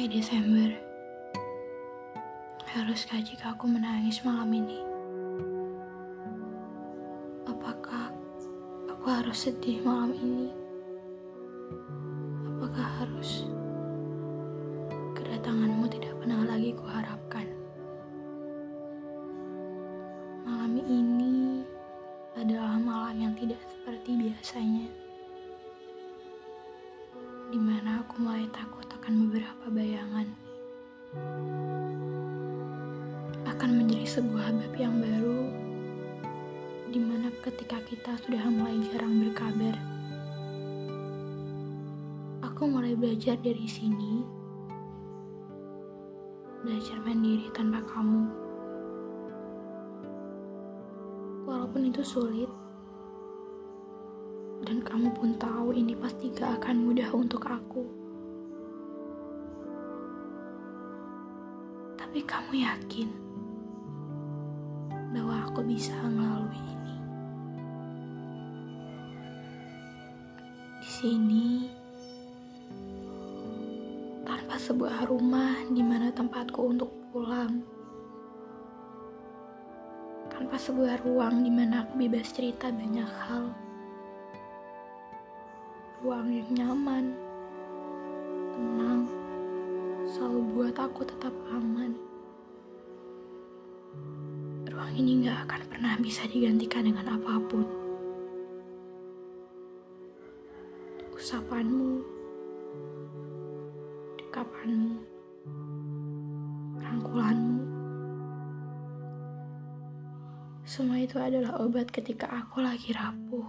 Desember. Haruskah jika aku menangis malam ini? Apakah aku harus sedih malam ini? Apakah harus kedatanganmu tidak pernah lagi kuharapkan? Malam ini adalah malam yang tidak seperti biasanya, di mana aku mulai takut akan beberapa bayangan akan menjadi sebuah bab yang baru, di mana ketika kita sudah mulai jarang berkabar, aku mulai belajar dari sini, belajar mandiri tanpa kamu. Walaupun itu sulit, dan kamu pun tahu ini pasti gak akan mudah untuk aku. Tapi kamu yakin bahwa aku bisa melalui ini? Di sini, tanpa sebuah rumah di mana tempatku untuk pulang, tanpa sebuah ruang di mana aku bebas cerita banyak hal, ruang yang nyaman, tenang, selalu buat aku tetap aman. Ruang ini gak akan pernah bisa digantikan dengan apapun. Usapanmu, dekapanmu, rangkulanmu, semua itu adalah obat ketika aku lagi rapuh.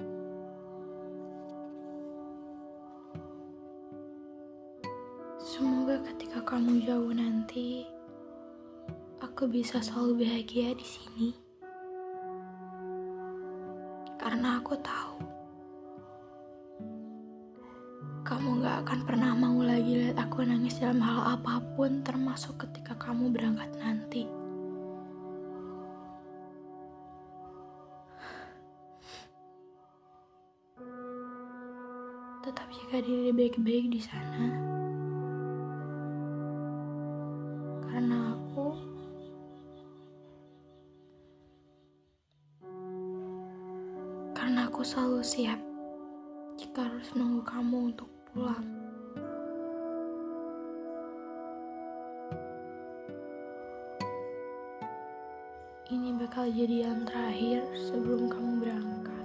Semoga ketika kamu jauh nanti, aku bisa selalu bahagia di sini. Karena aku tahu kamu gak akan pernah mau lagi lihat aku nangis dalam hal apapun, termasuk ketika kamu berangkat nanti. Tetap jaga diri baik-baik di sana. Karena aku selalu siap jika harus menunggu kamu untuk pulang. Ini bakal jadi yang terakhir sebelum kamu berangkat.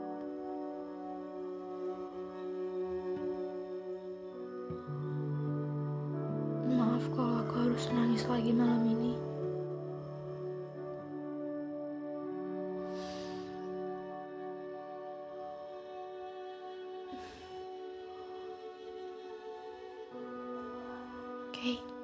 Maaf kalau aku harus nangis lagi malam ini. Okay.